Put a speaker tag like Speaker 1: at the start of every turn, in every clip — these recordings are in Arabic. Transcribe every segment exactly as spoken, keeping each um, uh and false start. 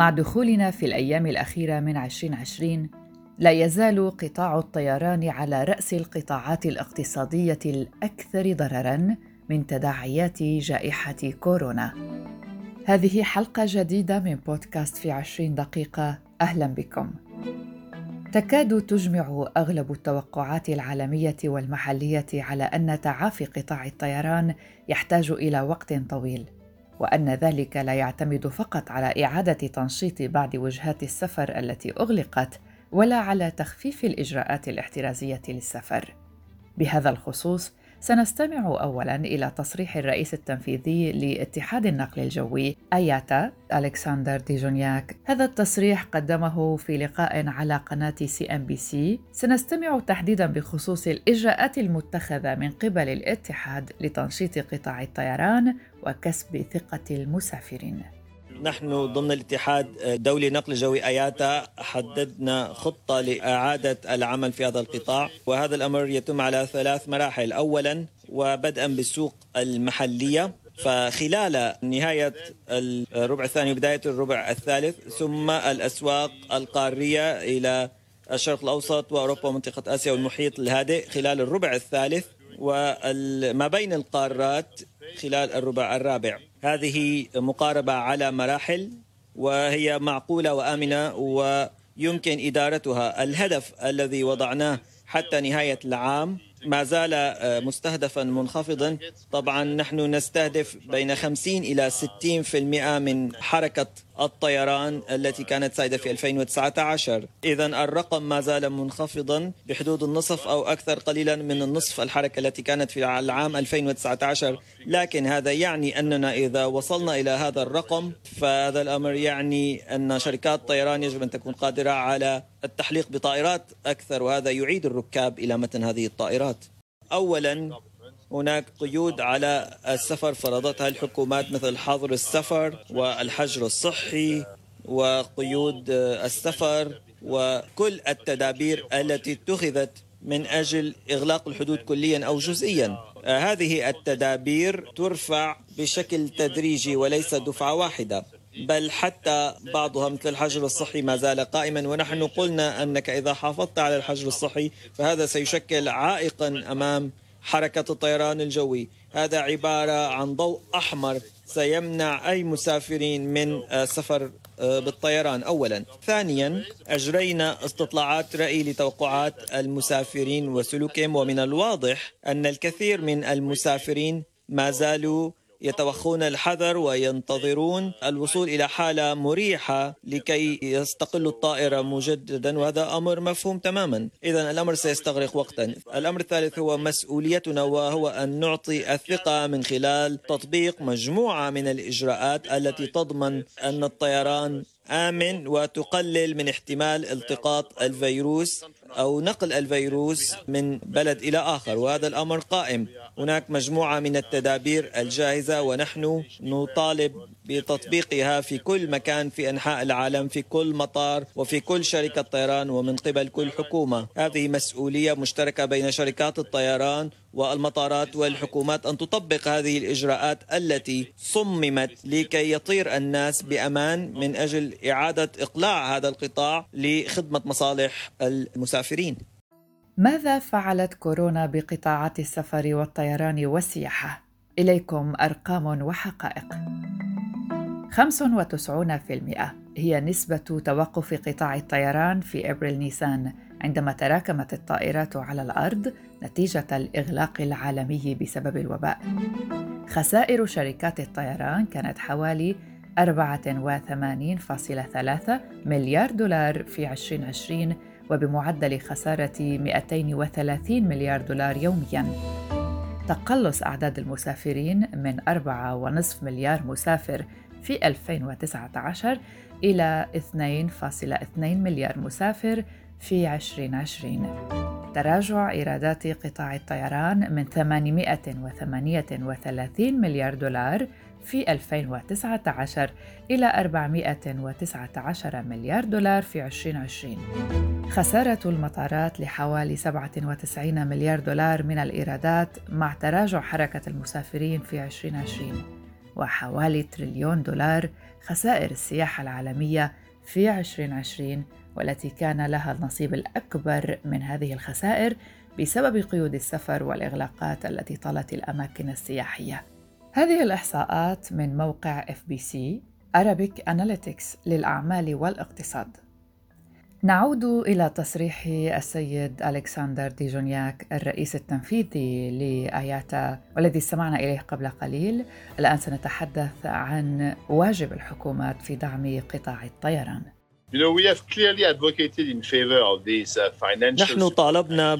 Speaker 1: مع دخولنا في الأيام الأخيرة من عشرين عشرين، لا يزال قطاع الطيران على رأس القطاعات الاقتصادية الأكثر ضرراً من تداعيات جائحة كورونا. هذه حلقة جديدة من بودكاست في عشرين دقيقة، أهلاً بكم. تكاد تجمع أغلب التوقعات العالمية والمحلية على أن تعافي قطاع الطيران يحتاج إلى وقت طويل، وأن ذلك لا يعتمد فقط على إعادة تنشيط بعض وجهات السفر التي أغلقت، ولا على تخفيف الإجراءات الاحترازية للسفر. بهذا الخصوص سنستمع أولاً إلى تصريح الرئيس التنفيذي لاتحاد النقل الجوي آياتا ألكسندر ديجونياك. هذا التصريح قدمه في لقاء على قناة سي إم بي سي. سنستمع تحديداً بخصوص الإجراءات المتخذة من قبل الاتحاد لتنشيط قطاع الطيران وكسب ثقة المسافرين.
Speaker 2: نحن ضمن الاتحاد الدولي للنقل الجوي آياتا حددنا خطة لإعادة العمل في هذا القطاع، وهذا الأمر يتم على ثلاث مراحل. أولاً وبدءاً بالسوق المحلية، فخلال نهاية الربع الثاني وبداية الربع الثالث، ثم الأسواق القارية إلى الشرق الأوسط وأوروبا ومنطقة آسيا والمحيط الهادئ خلال الربع الثالث، وما بين القارات خلال الربع الرابع. هذه مقاربة على مراحل، وهي معقولة وآمنة ويمكن إدارتها. الهدف الذي وضعناه حتى نهاية العام ما زال مستهدفا منخفضا. طبعا نحن نستهدف بين خمسين إلى ستين بالمئة من حركة الطيران التي كانت سائدة في ألفين وتسعة عشر. إذن الرقم ما زال منخفضا بحدود النصف أو أكثر قليلا من النصف الحركة التي كانت في العام ألفين وتسعة عشر. لكن هذا يعني أننا إذا وصلنا إلى هذا الرقم فهذا الأمر يعني أن شركات الطيران يجب أن تكون قادرة على التحليق بطائرات أكثر، وهذا يعيد الركاب إلى متن هذه الطائرات. أولا هناك قيود على السفر فرضتها الحكومات، مثل حظر السفر والحجر الصحي وقيود السفر وكل التدابير التي اتخذت من أجل إغلاق الحدود كليا أو جزئيا. هذه التدابير ترفع بشكل تدريجي وليس دفعة واحدة، بل حتى بعضها مثل الحجر الصحي ما زال قائما. ونحن قلنا أنك إذا حافظت على الحجر الصحي فهذا سيشكل عائقا أمام حركة الطيران الجوي. هذا عبارة عن ضوء أحمر سيمنع أي مسافرين من السفر بالطيران أولا. ثانيا أجرينا استطلاعات رأي لتوقعات المسافرين وسلوكهم، ومن الواضح أن الكثير من المسافرين ما زالوا يتوخون الحذر وينتظرون الوصول إلى حالة مريحة لكي يستقلوا الطائرة مجددا، وهذا أمر مفهوم تماما. إذن الأمر سيستغرق وقتا. الأمر الثالث هو مسؤوليتنا، وهو أن نعطي الثقة من خلال تطبيق مجموعة من الإجراءات التي تضمن أن الطيران آمن وتقلل من احتمال التقاط الفيروس أو نقل الفيروس من بلد إلى آخر، وهذا الأمر قائم. هناك مجموعة من التدابير الجاهزة ونحن نطالب بتطبيقها في كل مكان في أنحاء العالم، في كل مطار وفي كل شركة طيران ومن قبل كل حكومة. هذه مسؤولية مشتركة بين شركات الطيران والمطارات والحكومات أن تطبق هذه الإجراءات التي صممت لكي يطير الناس بأمان من أجل إعادة إقلاع هذا القطاع لخدمة مصالح المسافرين.
Speaker 1: ماذا فعلت كورونا بقطاعات السفر والطيران والسياحة؟ إليكم أرقام وحقائق. خمسة وتسعين بالمئة هي نسبة توقف قطاع الطيران في أبريل نيسان، عندما تراكمت الطائرات على الأرض نتيجة الإغلاق العالمي بسبب الوباء. خسائر شركات الطيران كانت حوالي أربعة وثمانين فاصلة ثلاثة مليار دولار في عشرين عشرين، وبمعدل خسارة مئتين وثلاثين مليار دولار يومياً. تقلص أعداد المسافرين من أربعة ونصف مليار مسافر في ألفين وتسعة عشر إلى اثنين فاصلة اثنين مليار مسافر في عشرين عشرين. تراجع إيرادات قطاع الطيران من ثمانمئة وثمانية وثلاثين مليار دولار في ألفين وتسعة عشر إلى أربعمئة وتسعة عشر مليار دولار في عشرين عشرين. خسارة المطارات لحوالي سبعة وتسعين مليار دولار من الإيرادات مع تراجع حركة المسافرين في عشرين عشرين. وحوالي تريليون دولار خسائر السياحة العالمية في عشرين عشرين، والتي كان لها النصيب الأكبر من هذه الخسائر بسبب قيود السفر والإغلاقات التي طالت الأماكن السياحية. هذه الإحصاءات من موقع إف بي سي Arabic Analytics للأعمال والاقتصاد. نعود إلى تصريح السيد ألكسندر ديجونياك الرئيس التنفيذي لآياتا والذي استمعنا إليه قبل قليل. الآن سنتحدث عن واجب الحكومات في دعم قطاع الطيران.
Speaker 2: نحن طالبنا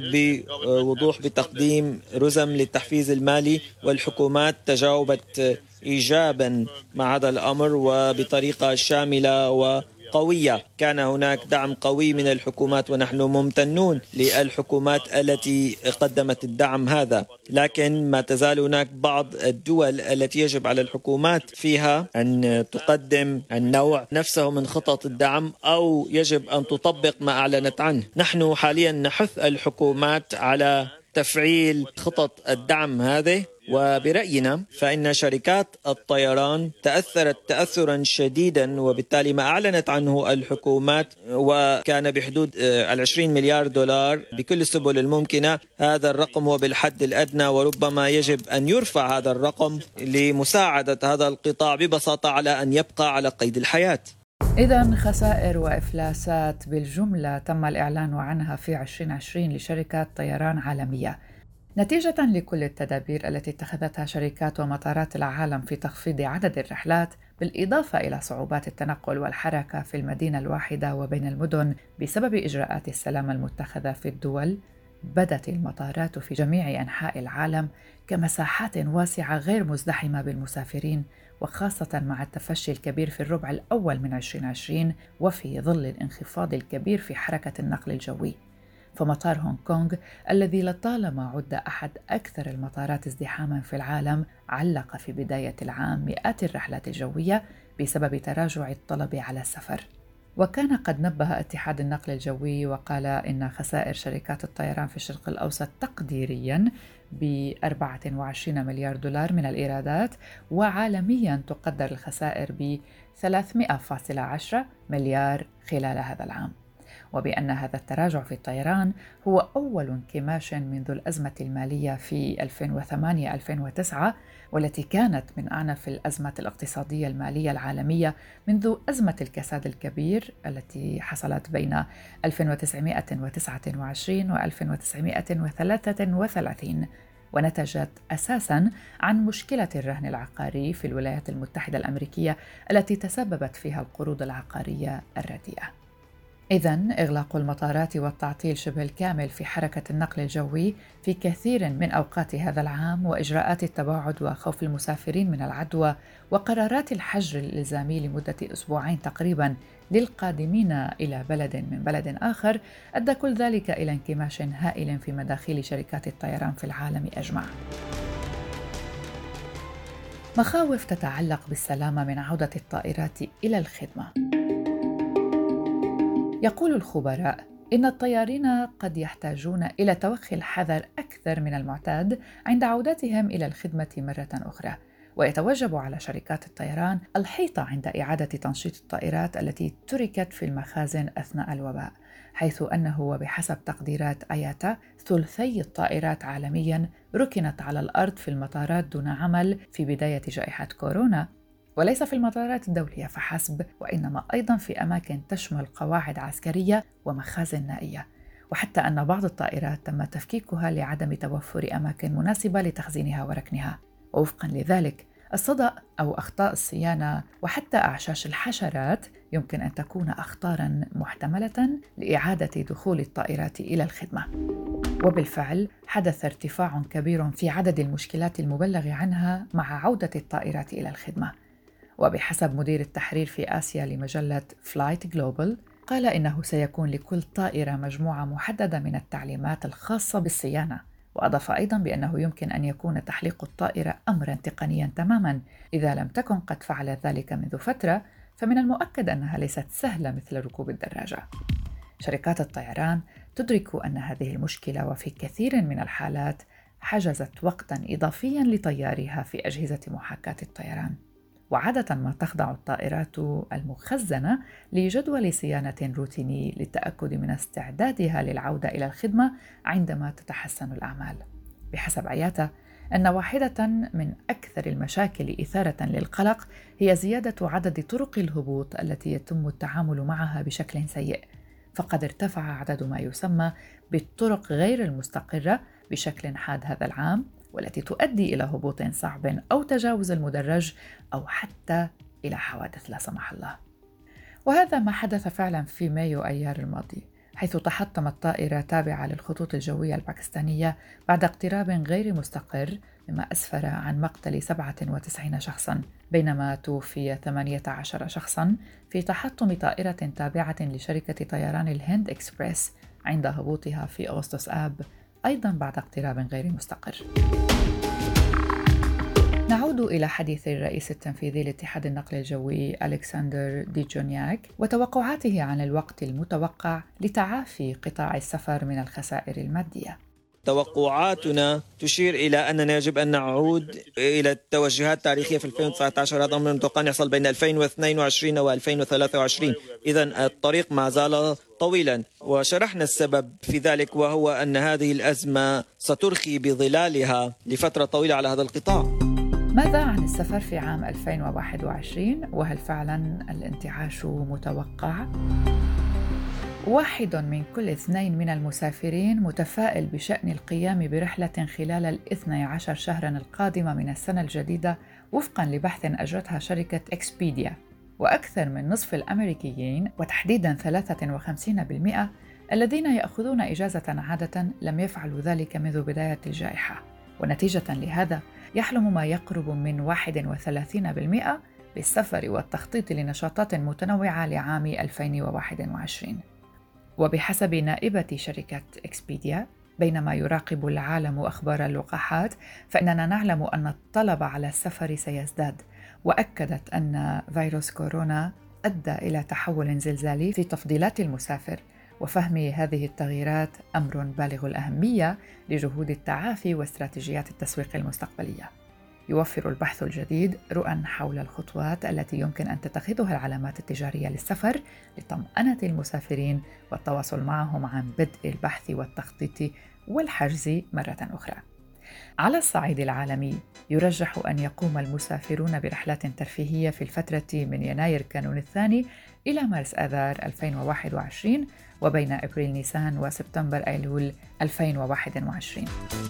Speaker 2: بوضوح بتقديم رزم للتحفيز المالي، والحكومات تجاوبت إيجاباً مع هذا الأمر وبطريقة شاملة وقوية. كان هناك دعم قوي من الحكومات ونحن ممتنون للحكومات التي قدمت الدعم هذا، لكن ما تزال هناك بعض الدول التي يجب على الحكومات فيها أن تقدم النوع نفسه من خطط الدعم أو يجب أن تطبق ما أعلنت عنه. نحن حاليا نحث الحكومات على تفعيل خطط الدعم هذه، وبرأينا فإن شركات الطيران تأثرت تأثرا شديدا، وبالتالي ما أعلنت عنه الحكومات وكان بحدود العشرين مليار دولار بكل السبل الممكنة. هذا الرقم هو بالحد الأدنى، وربما يجب أن يرفع هذا الرقم لمساعدة هذا القطاع ببساطة على أن يبقى على قيد الحياة.
Speaker 1: إذن خسائر وإفلاسات بالجملة تم الإعلان عنها في عشرين عشرين لشركات طيران عالمية، نتيجة لكل التدابير التي اتخذتها شركات ومطارات العالم في تخفيض عدد الرحلات، بالإضافة إلى صعوبات التنقل والحركة في المدينة الواحدة وبين المدن بسبب إجراءات السلامة المتخذة في الدول. بدت المطارات في جميع أنحاء العالم كمساحات واسعة غير مزدحمة بالمسافرين، وخاصة مع التفشي الكبير في الربع الأول من عشرين عشرين وفي ظل الانخفاض الكبير في حركة النقل الجوي. فمطار هونغ كونغ الذي لطالما عد أحد أكثر المطارات ازدحاماً في العالم علق في بداية العام مئات الرحلات الجوية بسبب تراجع الطلب على السفر. وكان قد نبه اتحاد النقل الجوي وقال إن خسائر شركات الطيران في الشرق الأوسط تقديرياً ب أربعة وعشرين مليار دولار من الإيرادات، وعالمياً تقدر الخسائر ب ثلاثمئة فاصلة عشرة مليار خلال هذا العام، وبأن هذا التراجع في الطيران هو أول انكماش منذ الأزمة المالية في ألفين وثمانية ألفين وتسعة، والتي كانت من أعنف الأزمات الاقتصادية المالية العالمية منذ أزمة الكساد الكبير التي حصلت بين ألف وتسعمئة وتسعة وعشرين و ألف وتسعمئة وثلاثة وثلاثين، ونتجت أساساً عن مشكلة الرهن العقاري في الولايات المتحدة الأمريكية التي تسببت فيها القروض العقارية الرديئة. إذن إغلاق المطارات والتعطيل شبه الكامل في حركة النقل الجوي في كثير من أوقات هذا العام، وإجراءات التباعد وخوف المسافرين من العدوى، وقرارات الحجر الإلزامي لمدة أسبوعين تقريباً للقادمين إلى بلد من بلد آخر، أدى كل ذلك إلى انكماش هائل في مداخيل شركات الطيران في العالم أجمع. مخاوف تتعلق بالسلامة من عودة الطائرات إلى الخدمة. يقول الخبراء إن الطيارين قد يحتاجون إلى توخي الحذر أكثر من المعتاد عند عودتهم إلى الخدمة مرة أخرى، ويتوجب على شركات الطيران الحيطة عند إعادة تنشيط الطائرات التي تركت في المخازن أثناء الوباء، حيث أنه وبحسب تقديرات آياتا ثلثي الطائرات عالمياً ركنت على الأرض في المطارات دون عمل في بداية جائحة كورونا، وليس في المطارات الدولية فحسب، وإنما أيضاً في أماكن تشمل قواعد عسكرية ومخازن نائية، وحتى أن بعض الطائرات تم تفكيكها لعدم توفر أماكن مناسبة لتخزينها وركنها. ووفقاً لذلك الصدأ أو أخطاء الصيانة وحتى أعشاش الحشرات يمكن أن تكون أخطاراً محتملة لإعادة دخول الطائرات إلى الخدمة. وبالفعل حدث ارتفاع كبير في عدد المشكلات المبلغ عنها مع عودة الطائرات إلى الخدمة. وبحسب مدير التحرير في آسيا لمجلة فلايت جلوبال، قال إنه سيكون لكل طائرة مجموعة محددة من التعليمات الخاصة بالصيانة، وأضاف أيضاً بأنه يمكن أن يكون تحليق الطائرة أمراً تقنياً تماماً. إذا لم تكن قد فعلت ذلك منذ فترة فمن المؤكد أنها ليست سهلة مثل ركوب الدراجة. شركات الطيران تدرك أن هذه المشكلة وفي كثير من الحالات حجزت وقتاً إضافياً لطيارها في أجهزة محاكاة الطيران. وعادة ما تخضع الطائرات المخزنة لجدول صيانة روتيني للتأكد من استعدادها للعودة إلى الخدمة عندما تتحسن الأعمال. بحسب عياتا، أن واحدة من أكثر المشاكل إثارة للقلق هي زيادة عدد طرق الهبوط التي يتم التعامل معها بشكل سيء، فقد ارتفع عدد ما يسمى بالطرق غير المستقرة بشكل حاد هذا العام، والتي تؤدي إلى هبوط صعب أو تجاوز المدرج أو حتى إلى حوادث لا سمح الله. وهذا ما حدث فعلا في مايو أيار الماضي، حيث تحطمت طائرة تابعة للخطوط الجوية الباكستانية بعد اقتراب غير مستقر، مما أسفر عن مقتل سبعة وتسعين شخصاً، بينما توفي ثمانية عشر شخصاً في تحطم طائرة تابعة لشركة طيران الهند إكسبريس عند هبوطها في أغسطس آب، أيضاً بعد اقتراب غير مستقر. نعود إلى حديث الرئيس التنفيذي لاتحاد النقل الجوي ألكسندر ديجونياك وتوقعاته عن الوقت المتوقع لتعافي قطاع السفر من الخسائر المادية.
Speaker 2: توقعاتنا تشير إلى أننا يجب أن نعود إلى التوجهات التاريخية في ألفين وتسعة عشر. هذا أمر متوقع أن يحصل بين ألفين واثنين وعشرين و ألفين وثلاثة وعشرين، إذن الطريق ما زال طويلا، وشرحنا السبب في ذلك، وهو أن هذه الأزمة سترخي بظلالها لفترة طويلة على هذا القطاع.
Speaker 1: ماذا عن السفر في عام ألفين وواحد وعشرين؟ وهل فعلا الانتعاش متوقع؟ واحد من كل اثنين من المسافرين متفائل بشأن القيام برحلة خلال الاثني عشر شهراً القادمة من السنة الجديدة، وفقاً لبحث أجرتها شركة إكسبيديا. وأكثر من نصف الأمريكيين، وتحديداً ثلاثة وخمسين بالمئة الذين يأخذون إجازة عادة، لم يفعلوا ذلك منذ بداية الجائحة. ونتيجة لهذا يحلم ما يقرب من واحد وثلاثين بالمئة بالسفر والتخطيط لنشاطات متنوعة لعام ألفين وواحد وعشرين. وبحسب نائبة شركة إكسبيديا، بينما يراقب العالم أخبار اللقاحات، فإننا نعلم أن الطلب على السفر سيزداد. وأكدت أن فيروس كورونا أدى إلى تحول زلزالي في تفضيلات المسافر، وفهم هذه التغييرات أمر بالغ الأهمية لجهود التعافي واستراتيجيات التسويق المستقبلية. يوفر البحث الجديد رؤى حول الخطوات التي يمكن أن تتخذها العلامات التجارية للسفر لطمأنة المسافرين والتواصل معهم عن بدء البحث والتخطيط والحجز مرة أخرى. على الصعيد العالمي، يرجح أن يقوم المسافرون برحلات ترفيهية في الفترة من يناير كانون الثاني إلى مارس آذار ألفين وواحد وعشرين، وبين أبريل نيسان وسبتمبر أيلول ألفين وواحد وعشرين.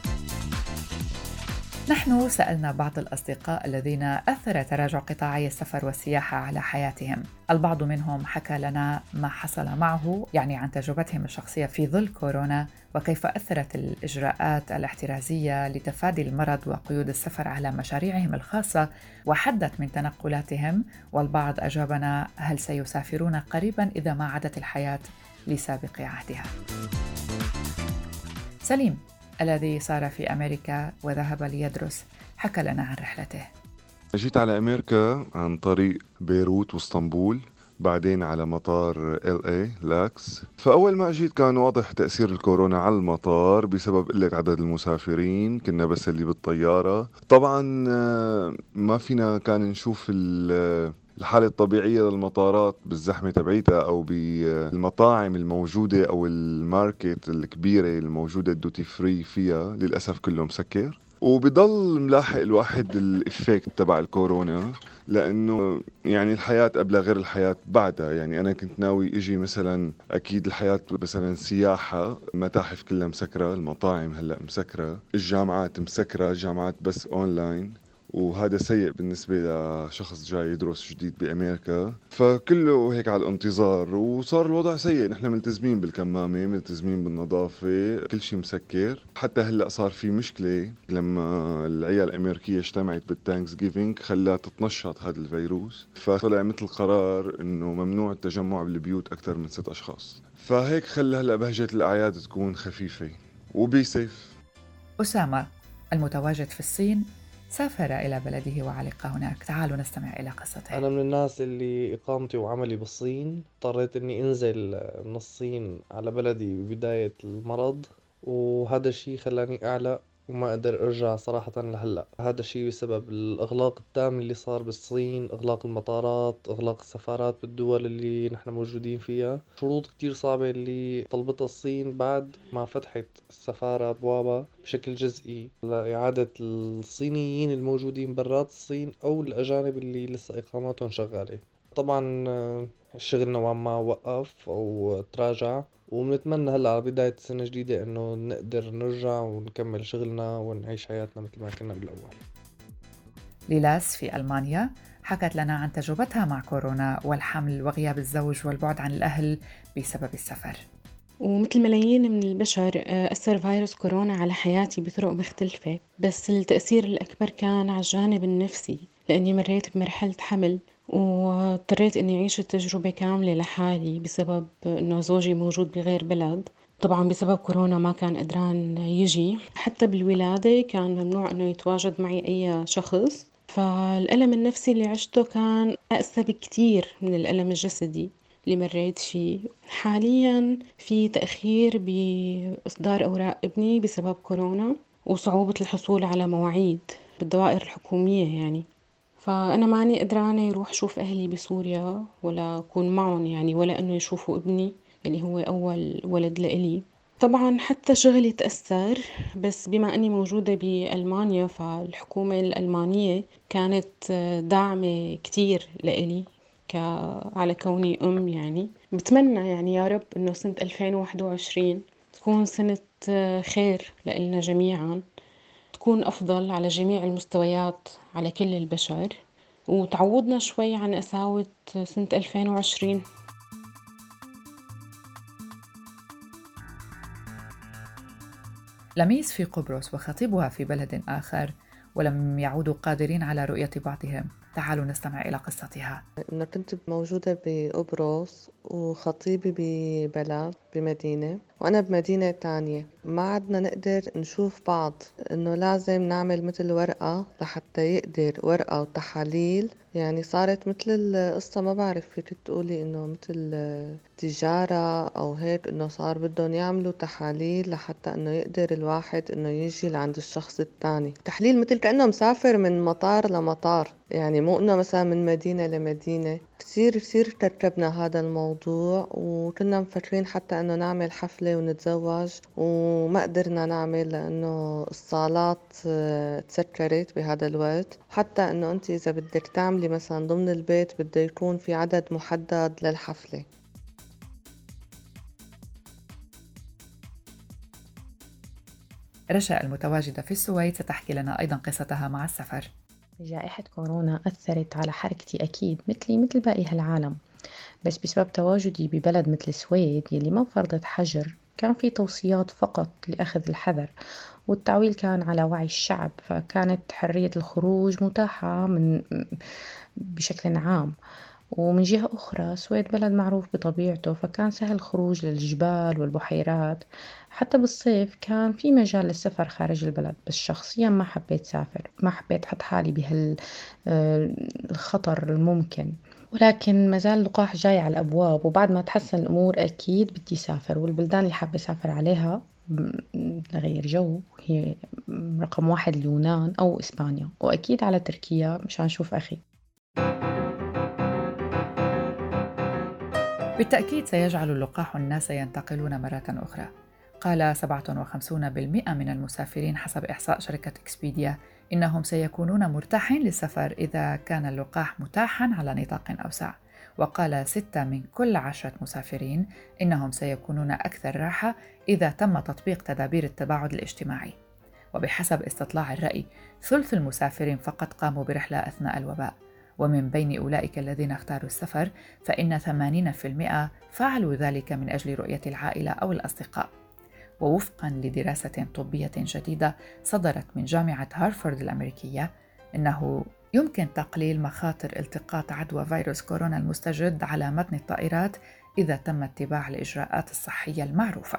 Speaker 1: نحن سألنا بعض الأصدقاء الذين أثر تراجع قطاعي السفر والسياحة على حياتهم. البعض منهم حكى لنا ما حصل معه، يعني عن تجربتهم الشخصية في ظل كورونا، وكيف أثرت الإجراءات الاحترازية لتفادي المرض وقيود السفر على مشاريعهم الخاصة وحدت من تنقلاتهم. والبعض أجابنا هل سيسافرون قريباً إذا ما عادت الحياة لسابق عهدها. سليم الذي صار في أمريكا وذهب ليدرس حكى لنا عن رحلته.
Speaker 3: جيت على أمريكا عن طريق بيروت واسطنبول، بعدين على مطار إل إيه لاكس. فأول ما جيت كان واضح تأثير الكورونا على المطار بسبب قلة عدد المسافرين، كنا بس اللي بالطيارة. طبعا ما فينا كان نشوف الحالة الطبيعية للمطارات بالزحمة تبعيتها أو بالمطاعم الموجودة أو الماركت الكبيرة الموجودة الدوتي فري فيها، للأسف كله مسكر. وبضل ملاحق الواحد الإفكت تبع الكورونا، لأنه يعني الحياة قبل غير الحياة بعدها. يعني أنا كنت ناوي إجي مثلا، أكيد الحياة مثلا سياحة، المتاحف كلها مسكرة، المطاعم هلأ مسكرة، الجامعات مسكرة، الجامعات بس أونلاين، وهذا سيء بالنسبة لشخص جاي يدرس جديد بأمريكا. فكله هيك على الانتظار، وصار الوضع سيء. نحن ملتزمين بالكمامة، ملتزمين بالنظافة، كل شيء مسكر. حتى هلأ صار في مشكلة لما العيال الأمريكية اجتمعت بالتانكس جيفينج، خلاها تتنشط هذا الفيروس، فطلع مثل قرار إنه ممنوع التجمع بالبيوت أكثر من ست أشخاص. فهيك خلى هلأ بهجة الأعياد تكون خفيفة وبي سيف.
Speaker 1: أسامة المتواجد في الصين سافر إلى بلده وعلق هناك. تعالوا نستمع إلى قصته.
Speaker 4: أنا من الناس اللي إقامتي وعملي بالصين، اضطريت إني أنزل من الصين على بلدي ببداية المرض، وهذا الشيء خلاني أعلق وما أقدر أرجع صراحة لهلأ. هذا الشيء بسبب الإغلاق التام اللي صار بالصين، إغلاق المطارات، إغلاق السفارات بالدول اللي نحن موجودين فيها. شروط كتير صعبة اللي طلبتها الصين بعد ما فتحت السفارة أبوابها بشكل جزئي لإعادة الصينيين الموجودين برات الصين أو الأجانب اللي لسه إقاماتهم شغالة. طبعا آه، الشغل نوعا ما وقف أو تراجع، وبنتمنى هلا على بداية سنة جديدة إنه نقدر نرجع ونكمل شغلنا ونعيش حياتنا مثل ما كنا بالأول.
Speaker 1: ليلاس في ألمانيا حكت لنا عن تجربتها مع كورونا والحمل وغياب الزوج والبعد عن الأهل بسبب السفر.
Speaker 5: ومثل ملايين من البشر آه، أثر فيروس كورونا على حياتي بطرق مختلفة، بس التأثير الأكبر كان على الجانب النفسي، لأني مريت بمرحلة حمل واضطريت أني أعيش التجربة كاملة لحالي بسبب أنه زوجي موجود بغير بلد. طبعا بسبب كورونا ما كان قدران يجي، حتى بالولادة كان ممنوع أنه يتواجد معي أي شخص، فالألم النفسي اللي عشته كان أقسى بكتير من الألم الجسدي اللي مريت فيه. حاليا في تأخير بإصدار أوراق ابني بسبب كورونا وصعوبة الحصول على مواعيد بالدوائر الحكومية يعني، فأنا ماني قدرانة يروح شوف أهلي بسوريا ولا أكون معهم يعني، ولا أنه يشوفوا ابني اللي هو أول ولد لإلي. طبعا حتى شغلي تأثر، بس بما أني موجودة بألمانيا فالحكومة الألمانية كانت داعمة كتير لإلي ك... على كوني أم يعني. بتمنى يعني يا رب أنه سنة ألفين وواحد وعشرين تكون سنة خير لإلنا جميعا، تكون أفضل على جميع المستويات على كل البشر، وتعوضنا شوي عن قساوة سنة ألفين وعشرين.
Speaker 1: لميس في قبرص وخطيبها في بلد آخر ولم يعودوا قادرين على رؤية بعضهم. تعالوا نستمع إلى قصتها.
Speaker 6: أنا كنت موجودة بقبرص وخطيبي ببلد بمدينة وأنا بمدينة تانية، ما عدنا نقدر نشوف بعض، إنه لازم نعمل مثل ورقة لحتى يقدر ورقة وتحاليل، يعني صارت مثل القصة ما بعرف فيك تقولي إنه مثل تجارة أو هيك، إنه صار بدهم يعملوا تحاليل لحتى إنه يقدر الواحد إنه يجي لعند الشخص التاني. تحليل مثل كأنه مسافر من مطار لمطار، يعني مو إنه مثلا من مدينة لمدينة. كثير كثير ترتبنا هذا الموضوع، وكنا مفكرين حتى إنه نعمل حفلة ونتزوج، وما قدرنا نعمل لأنه الصالات آه، تسكرت بهذا الوقت. حتى إنه أنت إذا بدك تعملي مثلا ضمن البيت بده يكون في عدد محدد للحفلة.
Speaker 1: رشا المتواجدة في السويد ستحكي لنا أيضا قصتها مع السفر.
Speaker 7: جائحة كورونا أثرت على حركتي أكيد مثلي مثل باقي هالعالم، بس بسبب تواجدي ببلد مثل السويد يلي ما فرضت حجر كان في توصيات فقط لأخذ الحذر، والتعويل كان على وعي الشعب، فكانت حرية الخروج متاحة من بشكل عام. ومن جهة أخرى السويد بلد معروف بطبيعته، فكان سهل الخروج للجبال والبحيرات، حتى بالصيف كان في مجال للسفر خارج البلد. بس شخصيا ما حبيت سافر، ما حبيت حط حالي بهالخطر الممكن، ولكن ما زال اللقاح جاي على الأبواب، وبعد ما تحسن الأمور أكيد بدي سافر. والبلدان اللي حابة سافر عليها لغير جو هي رقم واحد اليونان أو إسبانيا، وأكيد على تركيا مشان نشوف أخي.
Speaker 1: بالتأكيد سيجعل اللقاح الناس ينتقلون مرة أخرى. قال سبعة وخمسين بالمئة من المسافرين حسب إحصاء شركة إكسبيديا إنهم سيكونون مرتاحين للسفر إذا كان اللقاح متاحاً على نطاق أوسع. وقال ستة من كل عشرة مسافرين إنهم سيكونون أكثر راحة إذا تم تطبيق تدابير التباعد الاجتماعي. وبحسب استطلاع الرأي ثلث المسافرين فقط قاموا برحلة أثناء الوباء، ومن بين أولئك الذين اختاروا السفر فإن ثمانين بالمئة فعلوا ذلك من أجل رؤية العائلة أو الأصدقاء. ووفقاً لدراسة طبية جديدة صدرت من جامعة هارفارد الأمريكية، إنه يمكن تقليل مخاطر التقاط عدوى فيروس كورونا المستجد على متن الطائرات إذا تم اتباع الإجراءات الصحية المعروفة.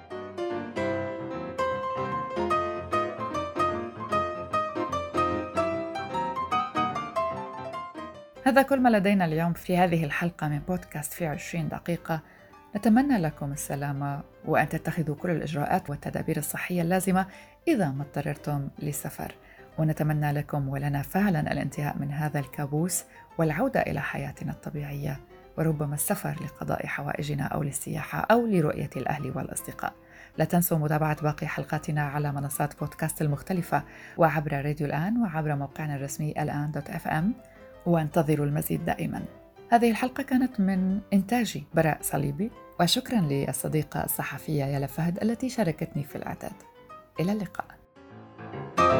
Speaker 1: هذا كل ما لدينا اليوم في هذه الحلقة من بودكاست في عشرين دقيقة. نتمنى لكم السلامة وأن تتخذوا كل الإجراءات والتدابير الصحية اللازمة إذا ما اضطررتم للسفر. ونتمنى لكم ولنا فعلا الانتهاء من هذا الكابوس والعودة إلى حياتنا الطبيعية، وربما السفر لقضاء حوائجنا أو للسياحة أو لرؤية الأهل والأصدقاء. لا تنسوا متابعة باقي حلقاتنا على منصات بودكاست المختلفة وعبر راديو الآن وعبر موقعنا الرسمي الآن دوت اف ام، وانتظروا المزيد دائما. هذه الحلقة كانت من إنتاجي براء صليبي، وشكرا للصديقة الصحفية يالا فهد التي شاركتني في الإعداد. إلى اللقاء.